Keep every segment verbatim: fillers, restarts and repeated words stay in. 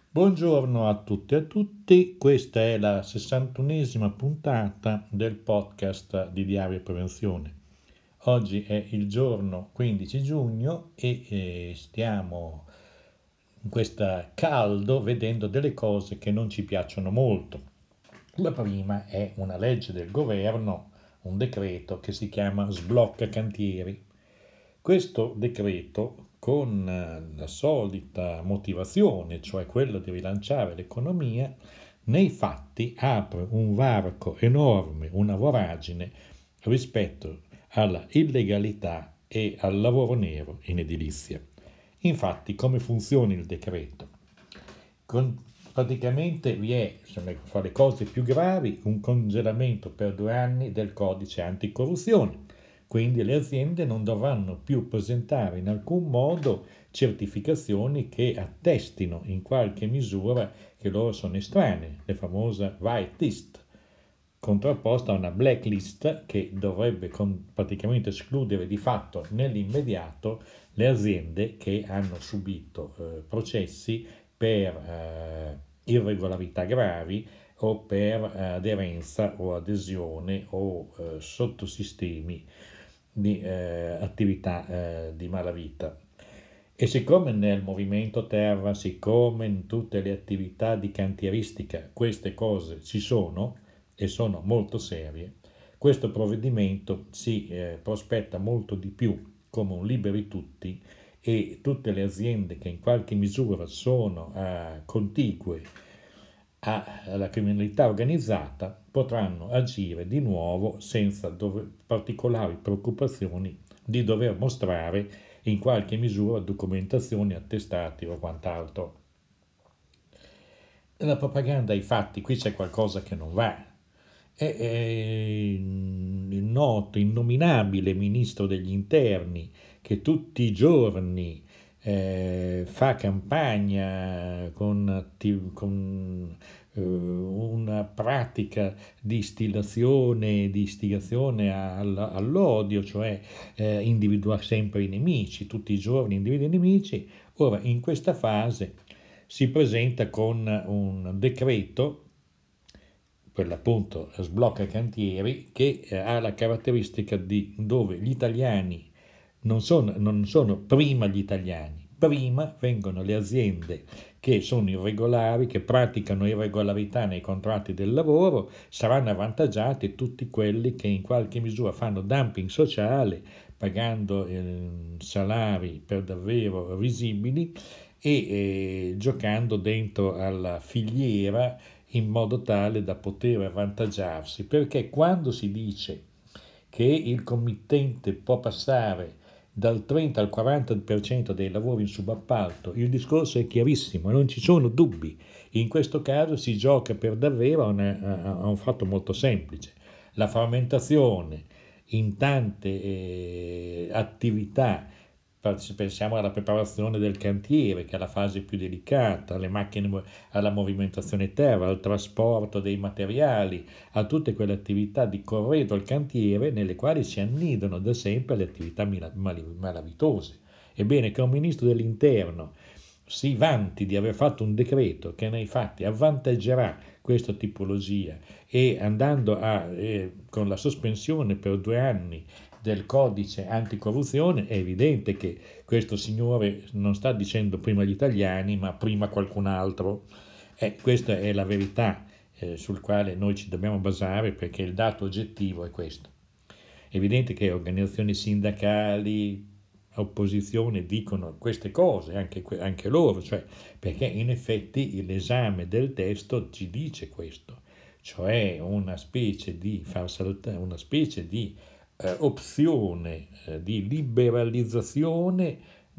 Buongiorno a tutte e a tutti, questa è la sessantunesima puntata del podcast di Diario e Prevenzione. Oggi è il giorno quindici giugno e eh, stiamo in questo caldo vedendo delle cose che non ci piacciono molto. La prima è una legge del governo, un decreto che si chiama Sblocca Cantieri. Questo decreto, con eh, la solita motivazione, cioè quella di rilanciare l'economia, nei fatti apre un varco enorme, una voragine rispetto alla illegalità e al lavoro nero in edilizia. Infatti, come funziona il decreto? Con- praticamente vi è, se fa le cose più gravi, un congelamento per due anni del codice anticorruzione. Quindi le aziende non dovranno più presentare in alcun modo certificazioni che attestino in qualche misura che loro sono estranei, la famosa white list, contrapposta a una blacklist che dovrebbe con- praticamente escludere di fatto nell'immediato le aziende che hanno subito eh, processi per eh, irregolarità gravi o per eh, aderenza o adesione o eh, sottosistemi di eh, attività eh, di malavita. E siccome nel movimento terra, siccome in tutte le attività di cantieristica queste cose ci sono e sono molto serie, questo provvedimento si eh, prospetta molto di più come un liberi tutti e tutte le aziende che in qualche misura sono eh, contigue alla criminalità organizzata potranno agire di nuovo senza dove, particolari preoccupazioni di dover mostrare in qualche misura documentazioni, attestati o quant'altro. La propaganda, ai fatti, qui c'è qualcosa che non va. È, è il noto, innominabile ministro degli interni che tutti i giorni eh, fa campagna con, attiv- con eh, una pratica di istillazione, di istigazione all- all'odio, cioè eh, individua sempre i nemici, tutti i giorni individua i nemici. Ora, in questa fase si presenta con un decreto, per l'appunto sblocca cantieri, che eh, ha la caratteristica di dove gli italiani non sono, non sono prima gli italiani, prima vengono le aziende che sono irregolari, che praticano irregolarità nei contratti del lavoro, saranno avvantaggiati tutti quelli che in qualche misura fanno dumping sociale, pagando eh, salari per davvero risibili e eh, giocando dentro alla filiera in modo tale da poter avvantaggiarsi, perché quando si dice che il committente può passare dal trenta al quaranta per cento dei lavori in subappalto, il discorso è chiarissimo, non ci sono dubbi. In questo caso si gioca per davvero a, una, a un fatto molto semplice. La frammentazione in tante eh, attività, pensiamo alla preparazione del cantiere, che è la fase più delicata, alle macchine, alla movimentazione terra, al trasporto dei materiali, a tutte quelle attività di corredo al cantiere nelle quali si annidano da sempre le attività malavitose. Ebbene, che un ministro dell'interno si vanti di aver fatto un decreto che nei fatti avvantaggerà questa tipologia e andando a, eh, con la sospensione per due anni del codice anticorruzione, è evidente che questo signore non sta dicendo prima gli italiani, ma prima qualcun altro. E questa è la verità eh, sul quale noi ci dobbiamo basare, perché il dato oggettivo è questo. È evidente che organizzazioni sindacali, opposizione dicono queste cose, anche, anche loro, cioè, perché in effetti l'esame del testo ci dice questo, cioè una specie di far saltare, una specie di eh, opzione eh, di liberalizzazione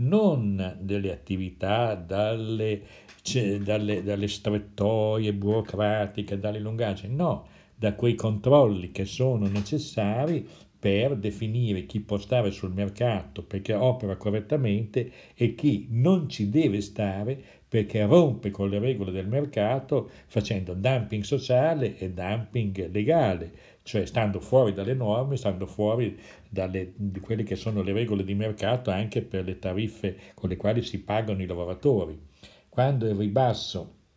non delle attività dalle, cioè, dalle, dalle strettoie burocratiche, dalle lungaggini, no, da quei controlli che sono necessari per definire chi può stare sul mercato perché opera correttamente e chi non ci deve stare perché rompe con le regole del mercato facendo dumping sociale e dumping legale, cioè stando fuori dalle norme, stando fuori dalle, di quelle che sono le regole di mercato anche per le tariffe con le quali si pagano i lavoratori. Quando il ribasso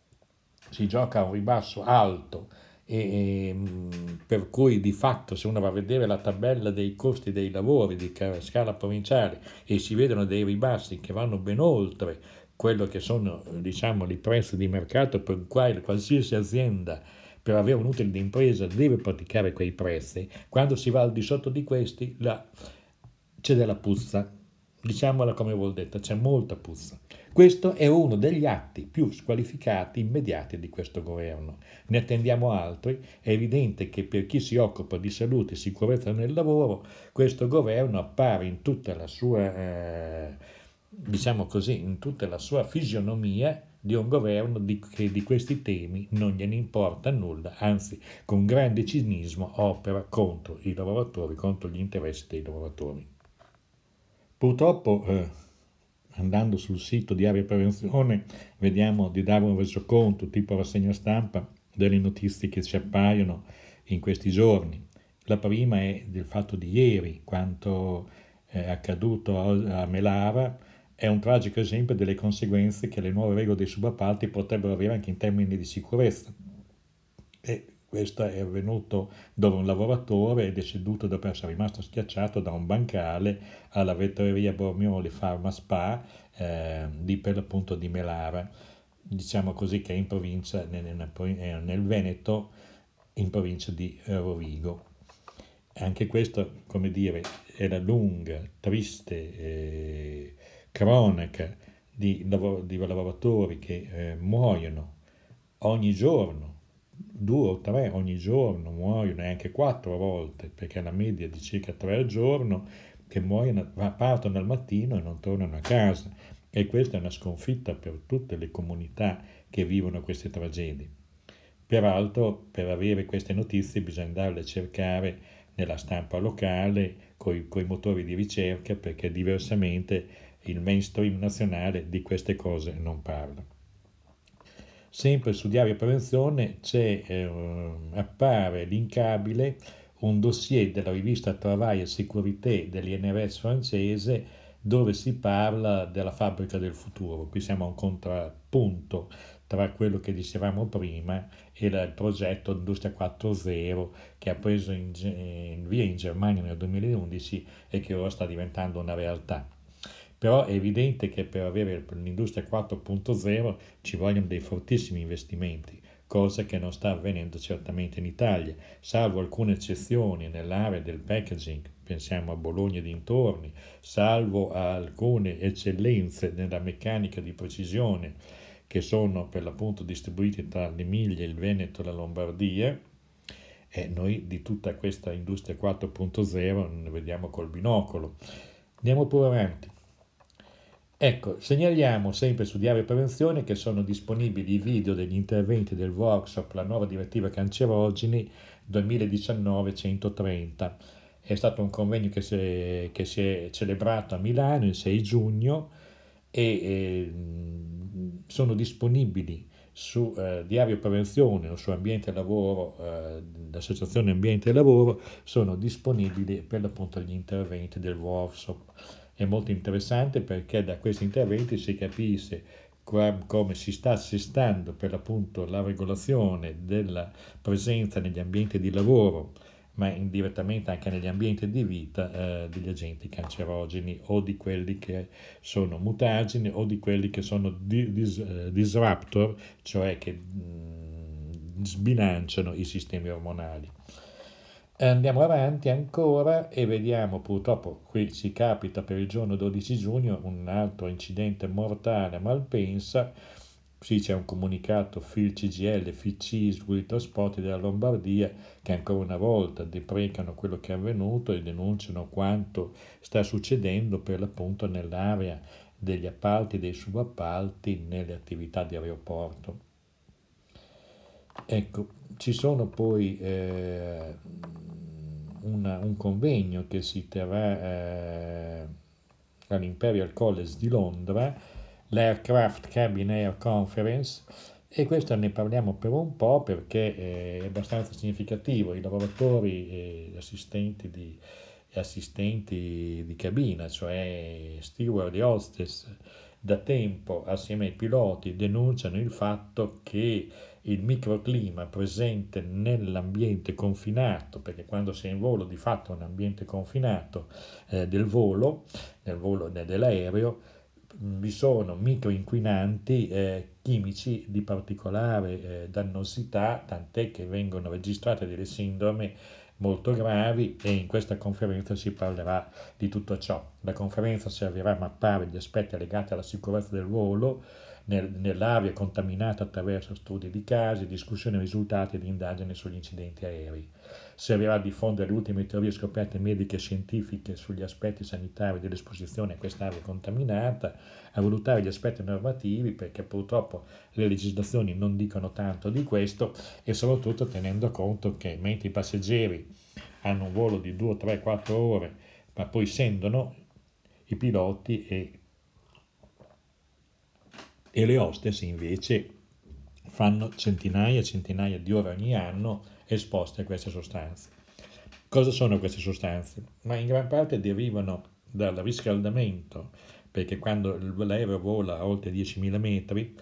si gioca a un ribasso alto e, e, per cui di fatto se uno va a vedere la tabella dei costi dei lavori di scala provinciale e si vedono dei ribassi che vanno ben oltre quello che sono, diciamo, i prezzi di mercato per i quali qualsiasi azienda per avere un utile di impresa deve praticare quei prezzi, quando si va al di sotto di questi la, c'è della puzza, diciamola come vuol detta, c'è molta puzza. Questo è uno degli atti più squalificati immediati di questo governo. Ne attendiamo altri. È evidente che per chi si occupa di salute e sicurezza nel lavoro, questo governo appare in tutta la sua, eh, diciamo così, in tutta la sua fisionomia di un governo di, che di questi temi non gliene importa nulla, anzi con grande cinismo opera contro i lavoratori, contro gli interessi dei lavoratori. Purtroppo, eh, andando sul sito di Area Prevenzione, vediamo di dare un resoconto tipo rassegna stampa delle notizie che ci appaiono in questi giorni. La prima è del fatto di ieri, quanto è accaduto a Melara, è un tragico esempio delle conseguenze che le nuove regole dei subappalti potrebbero avere anche in termini di sicurezza. E questo è avvenuto dove un lavoratore è deceduto dopo essere rimasto schiacciato da un bancale alla vettoria Bormioli Pharma Spa eh, di per l'appunto di Melara, diciamo così, che è in provincia, nel, nel Veneto, in provincia di Rovigo. Anche questo, come dire, è la lunga, triste eh, cronaca di, lav- di lavoratori che eh, muoiono ogni giorno, due o tre ogni giorno muoiono, e anche quattro volte, perché è la media di circa tre al giorno, che muoiono, partono al mattino e non tornano a casa. E questa è una sconfitta per tutte le comunità che vivono queste tragedie. Peraltro, per avere queste notizie bisogna andarle a cercare nella stampa locale, con i motori di ricerca, perché diversamente il mainstream nazionale di queste cose non parla. Sempre su Diario Prevenzione c'è, eh, appare linkabile un dossier della rivista Travail et Sécurité dell'I N R S francese dove si parla della fabbrica del futuro. Qui siamo a un contrappunto tra quello che dicevamo prima e il progetto Industria quattro punto zero che ha preso in, in via in Germania nel duemilaundici e che ora sta diventando una realtà. Però è evidente che per avere l'industria quattro punto zero ci vogliono dei fortissimi investimenti, cosa che non sta avvenendo certamente in Italia, salvo alcune eccezioni nell'area del packaging, pensiamo a Bologna e dintorni, salvo alcune eccellenze nella meccanica di precisione che sono per l'appunto distribuite tra l'Emilia, il Veneto e la Lombardia, e noi di tutta questa industria quattro punto zero ne vediamo col binocolo. Andiamo pure avanti. Ecco, segnaliamo sempre su Diario Prevenzione che sono disponibili i video degli interventi del workshop La nuova direttiva cancerogeni duemiladiciannove centotrenta. È stato un convegno che si è, che si è celebrato a Milano il sei giugno e eh, sono disponibili su eh, Diario Prevenzione o su Ambiente e Lavoro, eh, l'associazione Ambiente e Lavoro, sono disponibili per l'appunto gli interventi del workshop. È molto interessante perché da questi interventi si capisce come si sta assestando per l'appunto la regolazione della presenza negli ambienti di lavoro, ma indirettamente anche negli ambienti di vita eh, degli agenti cancerogeni o di quelli che sono mutageni o di quelli che sono di, dis, eh, disruptor, cioè che mh, sbilanciano i sistemi ormonali. Andiamo avanti ancora e vediamo, purtroppo qui ci capita per il giorno dodici giugno un altro incidente mortale a Malpensa. Sì, c'è un comunicato F I L C G I L, F I C I, sui trasporti della Lombardia che ancora una volta deprecano quello che è avvenuto e denunciano quanto sta succedendo per l'appunto nell'area degli appalti, dei subappalti, nelle attività di aeroporto. Ecco, ci sono poi eh, una, un convegno che si terrà eh, all'Imperial College di Londra, l'Aircraft Cabin Air Conference, e questo ne parliamo per un po' perché è abbastanza significativo. I lavoratori e assistenti di, e assistenti di cabina, cioè steward e hostess da tempo assieme ai piloti denunciano il fatto che il microclima presente nell'ambiente confinato, perché quando sei in volo di fatto è un ambiente confinato eh, del volo, nel volo dell'aereo, vi sono microinquinanti eh, chimici di particolare eh, dannosità, tant'è che vengono registrate delle sindromi molto gravi e in questa conferenza si parlerà di tutto ciò. La conferenza servirà a mappare gli aspetti legati alla sicurezza del volo nel, nell'aria contaminata attraverso studi di casi, discussioni, risultati ed indagini sugli incidenti aerei. Servirà a diffondere le ultime teorie scoperte mediche e scientifiche sugli aspetti sanitari dell'esposizione a quest'aria contaminata, a valutare gli aspetti normativi perché purtroppo le legislazioni non dicono tanto di questo e soprattutto tenendo conto che mentre i passeggeri hanno un volo di due, tre, quattro ore ma poi scendono, i piloti e, e le hostess invece fanno centinaia e centinaia di ore ogni anno esposte a queste sostanze. Cosa sono queste sostanze? Ma in gran parte derivano dal riscaldamento, perché quando l'aereo vola a oltre diecimila metri,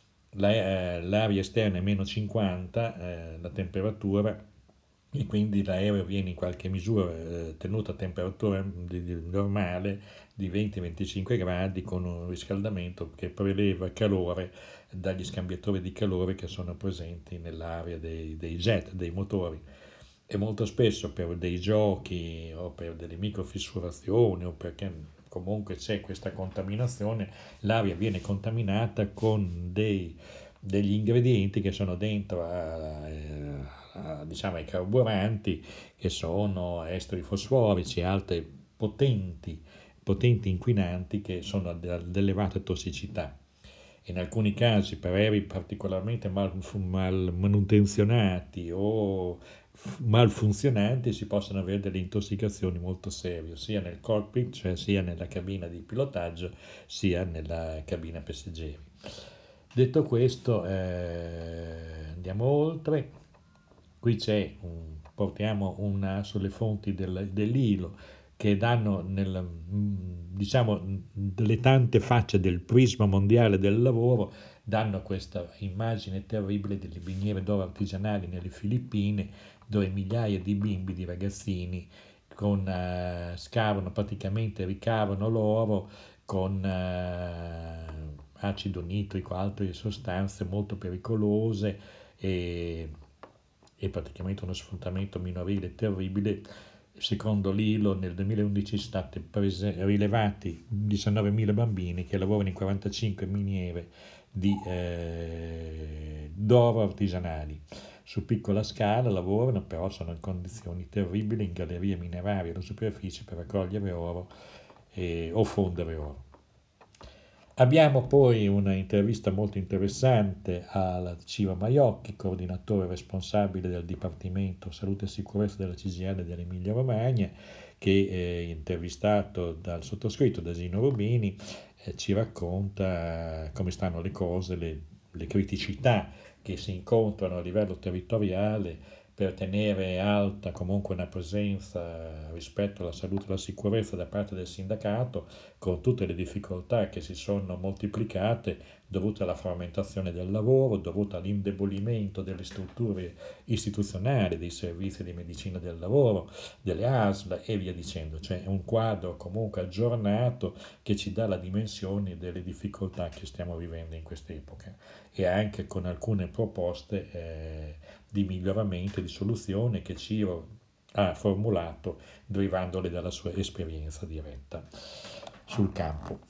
l'aria esterna è meno cinquanta, eh, la temperatura, e quindi l'aereo viene in qualche misura eh, tenuto a temperatura di, di normale di venti venticinque gradi con un riscaldamento che preleva calore dagli scambiatori di calore che sono presenti nell'area dei, dei jet, dei motori. E molto spesso per dei giochi o per delle microfissurazioni o perché comunque c'è questa contaminazione, l'aria viene contaminata con dei, degli ingredienti che sono dentro a, a, a, diciamo, ai carburanti, che sono esteri fosforici e altre potenti, potenti inquinanti che sono ad elevata tossicità. In alcuni casi per aerei particolarmente mal, mal manutenzionati o malfunzionanti si possono avere delle intossicazioni molto serie, sia nel cockpit, cioè sia nella cabina di pilotaggio, sia nella cabina passeggeri. Detto questo, eh, andiamo oltre. Qui c'è un, portiamo una sulle fonti del, dell'I L O che danno nel, diciamo, delle tante facce del prisma mondiale del lavoro, danno questa immagine terribile delle miniere d'oro artigianali nelle Filippine, dove migliaia di bimbi, di ragazzini, con, uh, scavano praticamente, ricavano l'oro con uh, acido nitrico, altre sostanze molto pericolose e, e praticamente uno sfruttamento minorile terribile. Secondo l'I L O nel duemilaundici sono stati prese, rilevati diciannovemila bambini che lavorano in quarantacinque miniere di eh, d'oro artigianali. Su piccola scala lavorano, però sono in condizioni terribili in gallerie minerarie alla superficie per raccogliere oro eh, o fondere oro. Abbiamo poi una intervista molto interessante alla Ciro Maiocchi, coordinatore responsabile del Dipartimento Salute e Sicurezza della C G I L dell'Emilia Romagna, che è intervistato dal sottoscritto, da Gino Rubini, eh, ci racconta eh, come stanno le cose, le, le criticità che si incontrano a livello territoriale per tenere alta comunque una presenza rispetto alla salute e alla sicurezza da parte del sindacato, con tutte le difficoltà che si sono moltiplicate dovute alla frammentazione del lavoro, dovute all'indebolimento delle strutture istituzionali, dei servizi di medicina del lavoro, delle A S L e via dicendo. Cioè è un quadro comunque aggiornato che ci dà la dimensione delle difficoltà che stiamo vivendo in quest'epoca e anche con alcune proposte eh, di miglioramento e di soluzione che Ciro ha formulato derivandole dalla sua esperienza diretta sul campo.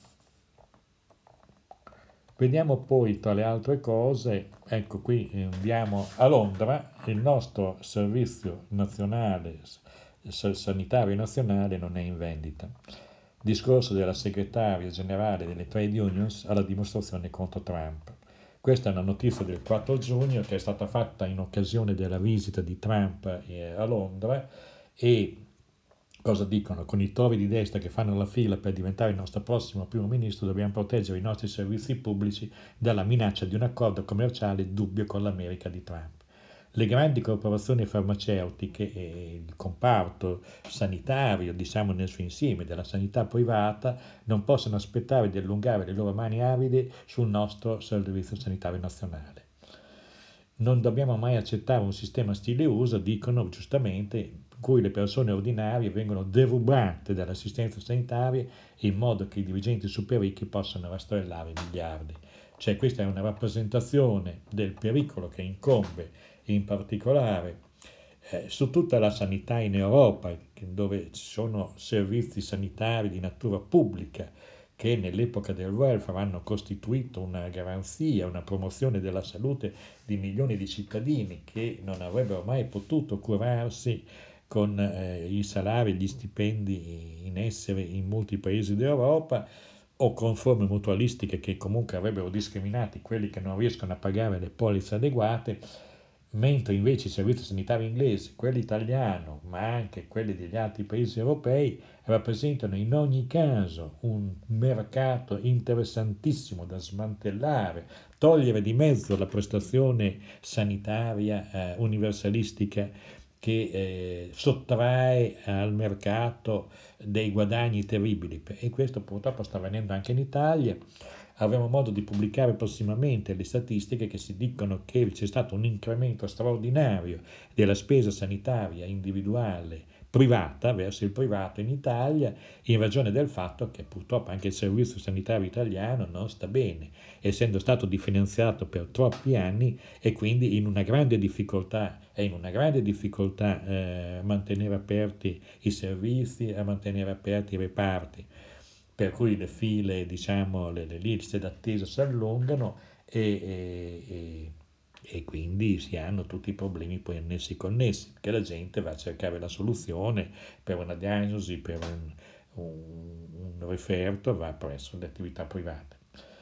Vediamo poi tra le altre cose, ecco qui andiamo a Londra, il nostro servizio nazionale, sanitario nazionale non è in vendita. Discorso della segretaria generale delle trade unions alla dimostrazione contro Trump. Questa è una notizia del quattro giugno che è stata fatta in occasione della visita di Trump a Londra e cosa dicono? Con i tovi di destra che fanno la fila per diventare il nostro prossimo primo ministro dobbiamo proteggere i nostri servizi pubblici dalla minaccia di un accordo commerciale dubbio con l'America di Trump. Le grandi corporazioni farmaceutiche e il comparto sanitario, diciamo nel suo insieme, della sanità privata, non possono aspettare di allungare le loro mani avide sul nostro servizio sanitario nazionale. Non dobbiamo mai accettare un sistema stile U S A, dicono giustamente, in cui le persone ordinarie vengono derubate dall'assistenza sanitaria in modo che i dirigenti super ricchi possano rastrellare miliardi. Cioè questa è una rappresentazione del pericolo che incombe in particolare eh, su tutta la sanità in Europa, dove ci sono servizi sanitari di natura pubblica che nell'epoca del welfare hanno costituito una garanzia, una promozione della salute di milioni di cittadini che non avrebbero mai potuto curarsi con eh, i salari e gli stipendi in essere in molti paesi d'Europa, o con forme mutualistiche che comunque avrebbero discriminati quelli che non riescono a pagare le polizze adeguate, mentre invece i servizi sanitari inglesi, quelli italiano, ma anche quelli degli altri paesi europei, rappresentano in ogni caso un mercato interessantissimo da smantellare, togliere di mezzo la prestazione sanitaria eh, universalistica che eh, sottrae al mercato dei guadagni terribili, e questo purtroppo sta avvenendo anche in Italia. Avremo modo di pubblicare prossimamente le statistiche che si dicono che c'è stato un incremento straordinario della spesa sanitaria individuale privata verso il privato in Italia, in ragione del fatto che purtroppo anche il servizio sanitario italiano non sta bene, essendo stato definanziato per troppi anni e quindi in una grande difficoltà, è in una grande difficoltà eh, mantenere aperti i servizi, a mantenere aperti i reparti, per cui le file, diciamo, le, le liste d'attesa si allungano e, e, e, e quindi si hanno tutti i problemi poi annessi connessi, perché la gente va a cercare la soluzione per una diagnosi, per un, un, un referto, va presso le attività private.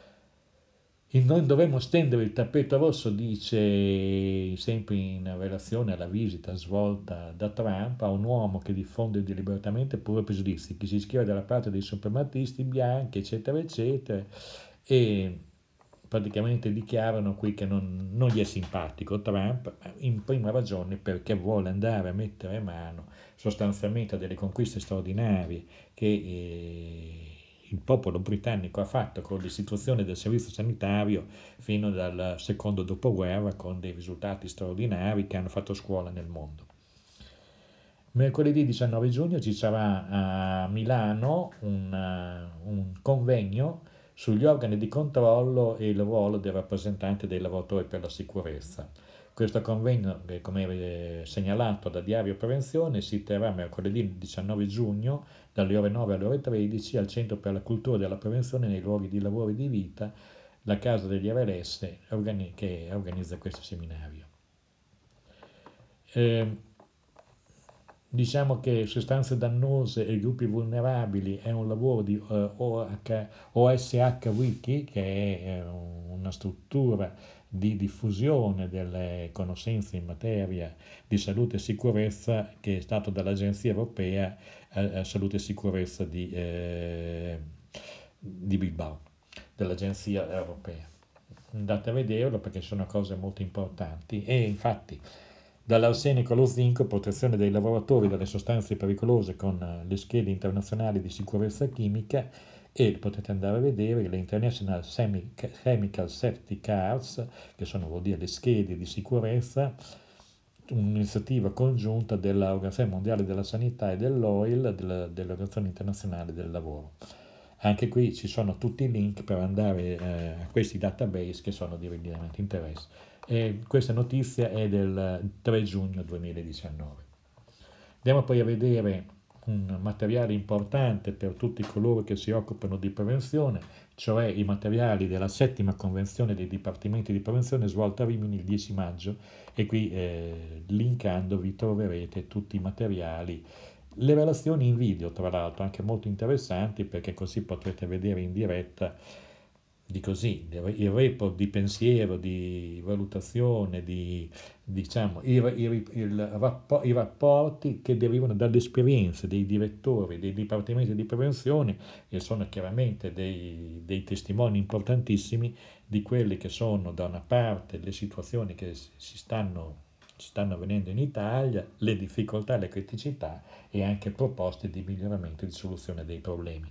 Il non dovremmo stendere il tappeto rosso, dice sempre in relazione alla visita svolta da Trump a un uomo che diffonde deliberatamente pure pregiudizi, che si schiera dalla parte dei suprematisti bianchi, eccetera, eccetera, e praticamente dichiarano qui che non, non gli è simpatico Trump, in prima ragione perché vuole andare a mettere mano sostanzialmente a delle conquiste straordinarie che eh, il popolo britannico ha fatto con l'istituzione del servizio sanitario fino dal secondo dopoguerra, con dei risultati straordinari che hanno fatto scuola nel mondo. Mercoledì diciannove giugno ci sarà a Milano un, uh, un convegno sugli organi di controllo e il ruolo del rappresentante dei lavoratori per la sicurezza. Questo convegno, come segnalato da Diario Prevenzione, si terrà mercoledì diciannove giugno dalle ore nove alle ore tredici al Centro per la Cultura della Prevenzione nei luoghi di lavoro e di vita, la Casa degli R L S che organizza questo seminario. Eh, Diciamo che sostanze dannose e gruppi vulnerabili è un lavoro di eh, O S H Wiki, che è eh, una struttura di diffusione delle conoscenze in materia di salute e sicurezza, che è stato dall'Agenzia Europea eh, Salute e Sicurezza di, eh, di Bilbao, dell'Agenzia Europea. Andate a vederlo perché sono cose molto importanti, e infatti dall'arsenico allo zinco, protezione dei lavoratori dalle sostanze pericolose con le schede internazionali di sicurezza chimica, e potete andare a vedere le International Chemical Safety Cards, che sono, vuol dire, le schede di sicurezza, un'iniziativa congiunta dell'Organizzazione Mondiale della Sanità e dell'O I L, dell'Organizzazione Internazionale del Lavoro. Anche qui ci sono tutti i link per andare eh, a questi database che sono di rilevante interesse. E questa notizia è del tre giugno duemiladiciannove. Andiamo poi a vedere un materiale importante per tutti coloro che si occupano di prevenzione, cioè i materiali della settima convenzione dei dipartimenti di prevenzione svolta a Rimini il dieci maggio, e qui eh, linkando vi troverete tutti i materiali, le relazioni in video tra l'altro anche molto interessanti, perché così potrete vedere in diretta di così, il report di pensiero, di valutazione, di, diciamo, i, i, il rappo, i rapporti che derivano dalle esperienze dei direttori dei dipartimenti di prevenzione, che sono chiaramente dei, dei testimoni importantissimi di quelle che sono da una parte le situazioni che si stanno ci stanno avvenendo in Italia, le difficoltà, le criticità e anche proposte di miglioramento e di soluzione dei problemi.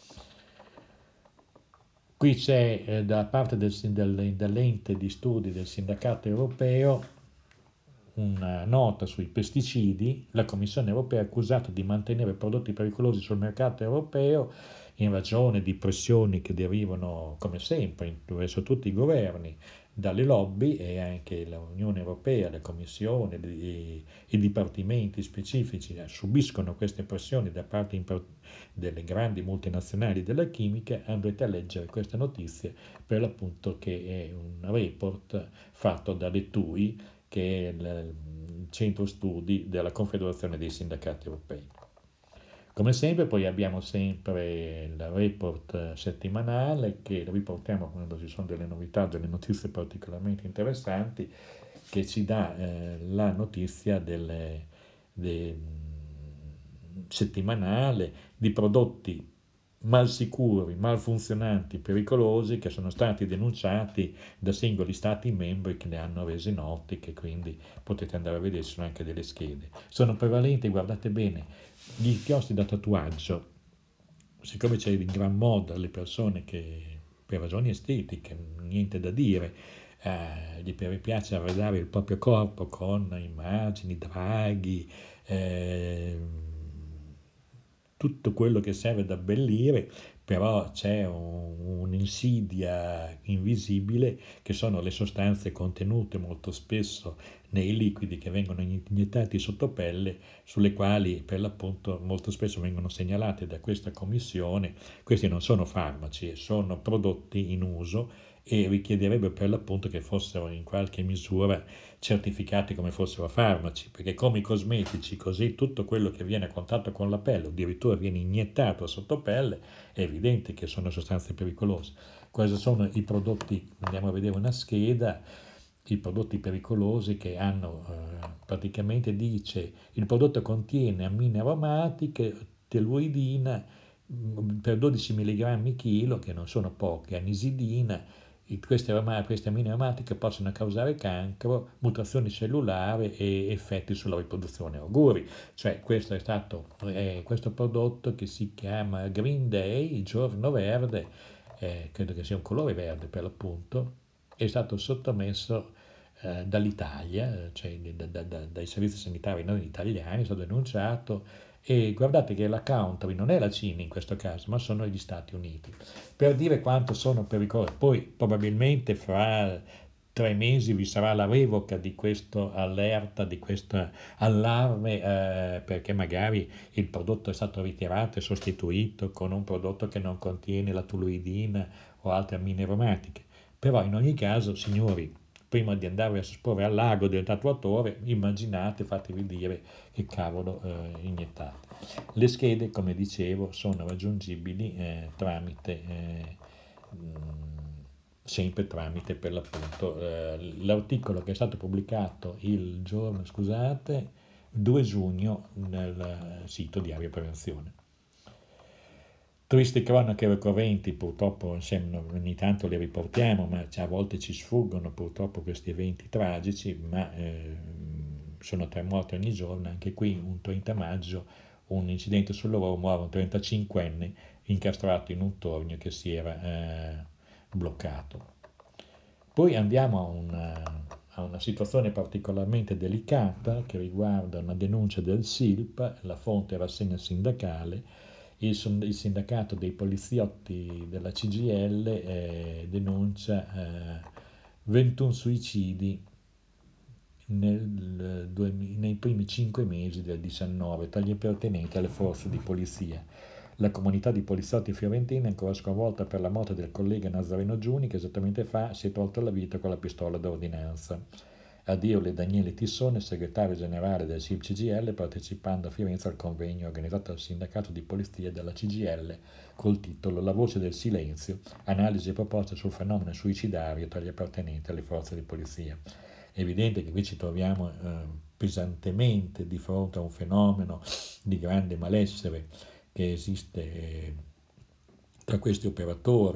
Qui c'è eh, da parte del, del, dell'ente di studi del sindacato europeo una nota sui pesticidi. La Commissione europea è accusata di mantenere prodotti pericolosi sul mercato europeo in ragione di pressioni che derivano, come sempre, verso tutti i governi, dalle lobby, e anche l'Unione Europea, la Commissione, i, i dipartimenti specifici eh, subiscono queste pressioni da parte in, delle grandi multinazionali della chimica. Andrete a leggere questa notizia per l'appunto, che è un report fatto dalle T U I, che è il centro studi della Confederazione dei Sindacati Europei. Come sempre poi abbiamo sempre il report settimanale, che riportiamo quando ci sono delle novità, delle notizie particolarmente interessanti, che ci dà eh, la notizia delle, de, settimanale di prodotti mal sicuri, malfunzionanti, pericolosi, che sono stati denunciati da singoli stati membri che ne hanno resi noti, che quindi potete andare a vedere, ci sono anche delle schede. Sono prevalenti, guardate bene, gli inchiostri da tatuaggio, siccome c'è in gran moda le persone che per ragioni estetiche, niente da dire, eh, gli piace arredare il proprio corpo con immagini, draghi, eh, tutto quello che serve ad abbellire, però c'è un, un'insidia invisibile, che sono le sostanze contenute molto spesso nei liquidi che vengono iniettati sotto pelle, sulle quali per l'appunto molto spesso vengono segnalate da questa commissione. Questi non sono farmaci, sono prodotti in uso, e richiederebbe per l'appunto che fossero in qualche misura certificati come fossero farmaci, perché come i cosmetici, così tutto quello che viene a contatto con la pelle, addirittura viene iniettato sotto pelle, è evidente che sono sostanze pericolose. Questi sono i prodotti, andiamo a vedere una scheda, i prodotti pericolosi che hanno, eh, praticamente dice, il prodotto contiene ammine aromatiche, telluridina per dodici milligrammi chilo, che non sono poche, anisidina. Queste, aroma- queste ammine aromatiche possono causare cancro, mutazioni cellulari e effetti sulla riproduzione. Auguri! Cioè, questo è stato eh, questo prodotto che si chiama Green Day, il giorno verde, eh, credo che sia un colore verde per l'appunto, è stato sottomesso eh, dall'Italia, cioè da, da, da, dai servizi sanitari non italiani, è stato denunciato. E guardate che la country non è la Cina in questo caso, ma sono gli Stati Uniti, per dire quanto sono pericolosi. Poi probabilmente fra tre mesi vi sarà la revoca di questo allerta, di questo allarme, eh, perché magari il prodotto è stato ritirato e sostituito con un prodotto che non contiene la toluidina o altre ammine aromatiche. Però in ogni caso, signori, prima di andare a esporre al lago del tatuatore, immaginate, fatevi dire che cavolo eh, iniettate. Le schede, come dicevo, sono raggiungibili eh, tramite, eh, mh, sempre tramite per l'appunto, eh, l'articolo che è stato pubblicato il giorno, scusate, due giugno nel sito Diario Prevenzione. Tristi cronache ricorrenti, purtroppo insomma, ogni tanto le riportiamo, ma a volte ci sfuggono purtroppo questi eventi tragici, ma eh, sono tre morti ogni giorno. Anche qui un trenta maggio, un incidente sul lavoro, muore un trentacinquenne incastrato in un tornio che si era eh, bloccato. Poi andiamo a una, a una situazione particolarmente delicata che riguarda una denuncia del S I L P, la fonte è rassegna sindacale. Il, il sindacato dei poliziotti della C G I L eh, denuncia eh, ventuno suicidi nel, due, nei primi cinque mesi del diciannove tra gli appartenenti alle forze di polizia. La comunità di poliziotti fiorentina è ancora sconvolta per la morte del collega Nazareno Giuni, che esattamente fa si è tolto la vita con la pistola d'ordinanza. A dirle Daniele Tissone, segretario generale del S I P C G I L, partecipando a Firenze al convegno organizzato dal sindacato di polizia della C G I L col titolo La voce del silenzio, analisi e proposte sul fenomeno suicidario tra gli appartenenti alle forze di polizia. È evidente che qui ci troviamo eh, pesantemente di fronte a un fenomeno di grande malessere che esiste eh, tra questi operatori,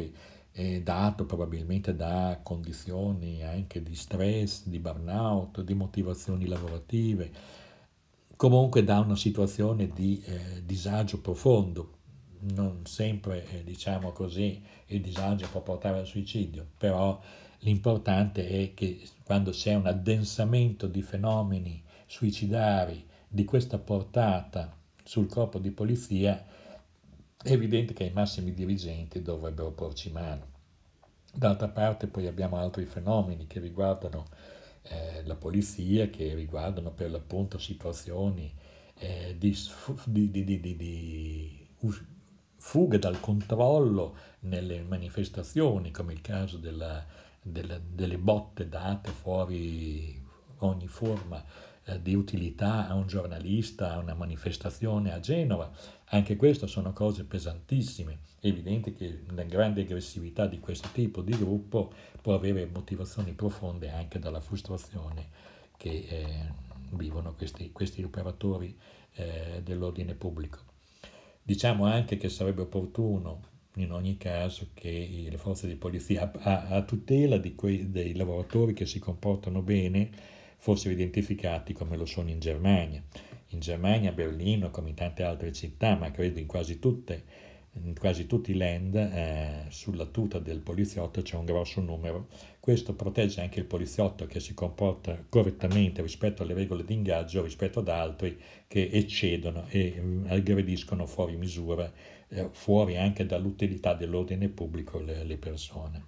è dato probabilmente da condizioni anche di stress, di burnout, di motivazioni lavorative, comunque da una situazione di eh, disagio profondo. Non sempre, eh, diciamo così, il disagio può portare al suicidio, però l'importante è che quando c'è un addensamento di fenomeni suicidari di questa portata sul corpo di polizia, è evidente che i massimi dirigenti dovrebbero porci mano. D'altra parte poi abbiamo altri fenomeni che riguardano eh, la polizia, che riguardano per l'appunto situazioni eh, di, sf- di- di- di- di- di us- fuga dal controllo nelle manifestazioni, come il caso della- della- delle botte date fuori ogni forma eh, di utilità a un giornalista, a una manifestazione a Genova. Anche queste sono cose pesantissime. È evidente che la grande aggressività di questo tipo di gruppo può avere motivazioni profonde anche dalla frustrazione che eh, vivono questi, questi operatori eh, dell'ordine pubblico. Diciamo anche che sarebbe opportuno in ogni caso che le forze di polizia a, a tutela di quei, dei lavoratori che si comportano bene fossero identificati come lo sono in Germania. In Germania, a Berlino, come in tante altre città, ma credo in quasi tutte, in quasi tutti i land, eh, sulla tuta del poliziotto c'è un grosso numero. Questo protegge anche il poliziotto che si comporta correttamente rispetto alle regole di ingaggio, rispetto ad altri che eccedono e mm, aggrediscono fuori misura, eh, fuori anche dall'utilità dell'ordine pubblico le, le persone.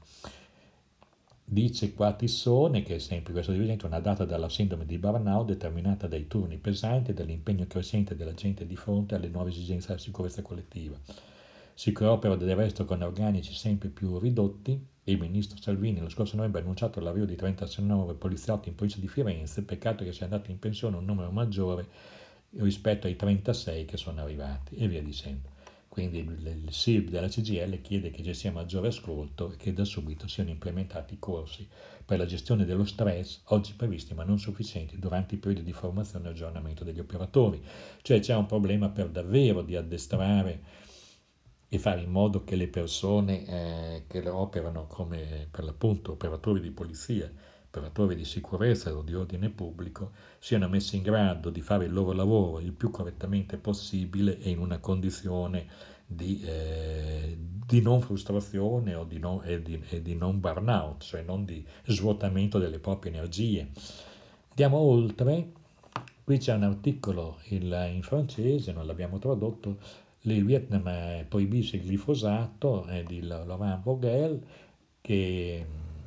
Dice qua Tissone che è sempre questo dirigente una data dalla sindrome di burnout determinata dai turni pesanti e dall'impegno crescente della gente di fronte alle nuove esigenze della sicurezza collettiva. Si coopera del resto con organici sempre più ridotti e il ministro Salvini lo scorso novembre ha annunciato l'avvio di trentanove poliziotti in provincia di Firenze, peccato che sia andato in pensione un numero maggiore rispetto ai trentasei che sono arrivati e via dicendo. Quindi il S I B della C G I L chiede che ci sia maggiore ascolto e che da subito siano implementati corsi per la gestione dello stress, oggi previsti ma non sufficienti durante i periodi di formazione e aggiornamento degli operatori. Cioè c'è un problema per davvero di addestrare e fare in modo che le persone eh, che operano come per l'appunto operatori di polizia, operatori di sicurezza o di ordine pubblico, siano messi in grado di fare il loro lavoro il più correttamente possibile e in una condizione di, eh, di non frustrazione o di non, e di, e di non burnout, cioè non di svuotamento delle proprie energie. Andiamo oltre, qui c'è un articolo il- in francese, non l'abbiamo tradotto, il Vietnam eh, proibisce il glifosato eh, di Laurent Vogel, che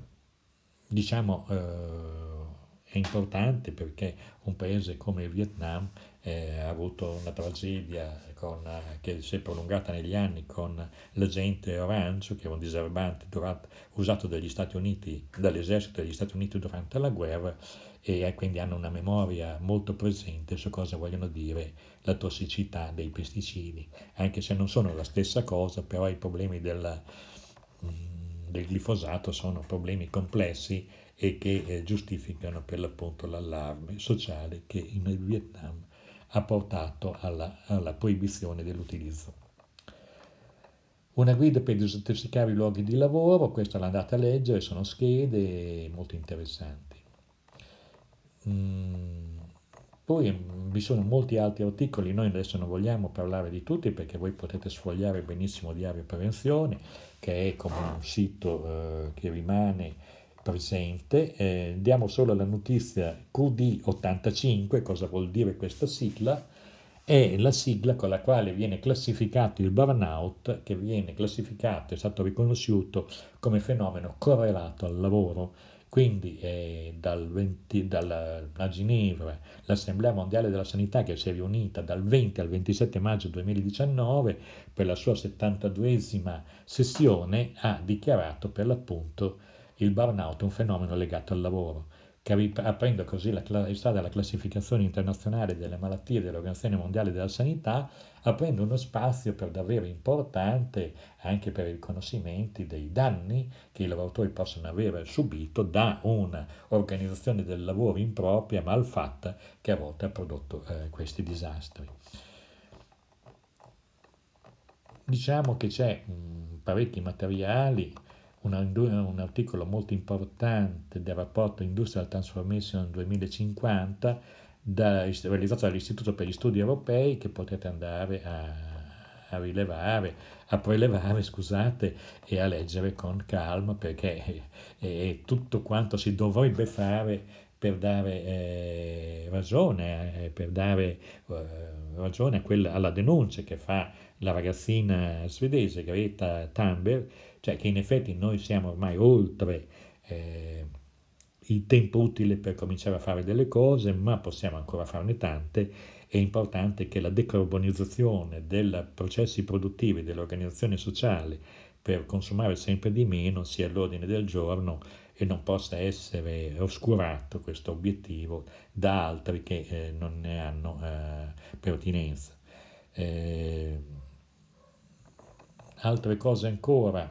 diciamo eh, è importante perché un paese come il Vietnam eh, ha avuto una tragedia con, eh, che si è prolungata negli anni con l'agente orange, che è un diserbante durante- usato dagli Stati Uniti, dall'esercito degli Stati Uniti durante la guerra e eh, quindi hanno una memoria molto presente su cosa vogliono dire la tossicità dei pesticidi, anche se non sono la stessa cosa, però i problemi della, mm, del glifosato sono problemi complessi e che eh, giustificano per l'appunto l'allarme sociale che in Vietnam ha portato alla, alla proibizione dell'utilizzo. Una guida per disintossicare i luoghi di lavoro, questa l'andate a leggere, sono schede molto interessanti. Mm, Poi mm, vi sono molti altri articoli, noi adesso non vogliamo parlare di tutti perché voi potete sfogliare benissimo Diario Prevenzione, che è come un sito eh, che rimane presente. Eh, diamo solo la notizia Q D ottantacinque, cosa vuol dire questa sigla? È la sigla con la quale viene classificato il burnout, che viene classificato, è stato riconosciuto come fenomeno correlato al lavoro. Quindi eh, dal venti, dalla, a Ginevra l'Assemblea Mondiale della Sanità, che si è riunita dal venti al ventisette maggio duemiladiciannove per la sua settantaduesima sessione, ha dichiarato per l'appunto il burnout un fenomeno legato al lavoro, che aprendo così la, è stata la classificazione internazionale delle malattie dell'Organizzazione Mondiale della Sanità, aprendo uno spazio per davvero importante anche per i riconoscimenti dei danni che i lavoratori possono aver subito da un'organizzazione del lavoro impropria, malfatta, che a volte ha prodotto eh, questi disastri. Diciamo che c'è mh, parecchi materiali una- un articolo molto importante del rapporto Industrial Transformation duemilacinquanta da- realizzato dall'Istituto per gli Studi Europei, che potete andare a, a rilevare, a prelevare, scusate, e a leggere con calma, perché è, è tutto quanto si dovrebbe fare per dare eh, ragione, eh, per dare eh, ragione a quella- alla denuncia che fa la ragazzina svedese Greta Thunberg, cioè che in effetti noi siamo ormai oltre eh, il tempo utile per cominciare a fare delle cose, ma possiamo ancora farne tante. È importante che la decarbonizzazione dei processi produttivi dell'organizzazione sociale per consumare sempre di meno sia all'ordine del giorno e non possa essere oscurato questo obiettivo da altri che eh, non ne hanno eh, pertinenza. Eh, altre cose ancora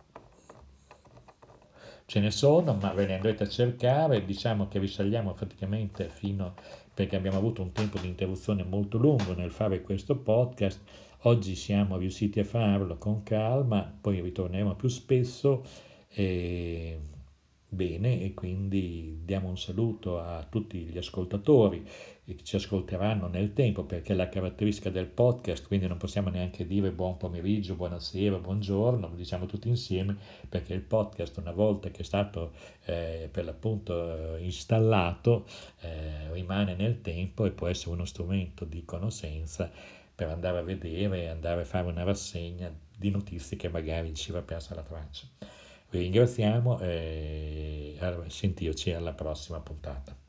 ce ne sono, ma ve ne andrete a cercare. Diciamo che risaliamo praticamente fino, perché abbiamo avuto un tempo di interruzione molto lungo nel fare questo podcast. Oggi siamo riusciti a farlo con calma, poi ritorneremo più spesso. E bene, e quindi diamo un saluto a tutti gli ascoltatori che ci ascolteranno nel tempo, perché è la caratteristica del podcast, quindi non possiamo neanche dire buon pomeriggio, buonasera, buongiorno, lo diciamo tutti insieme, perché il podcast, una volta che è stato eh, per l'appunto eh, installato, eh, rimane nel tempo e può essere uno strumento di conoscenza per andare a vedere, andare a fare una rassegna di notizie che magari ci va persa la traccia. Vi ringraziamo e a sentirci alla prossima puntata.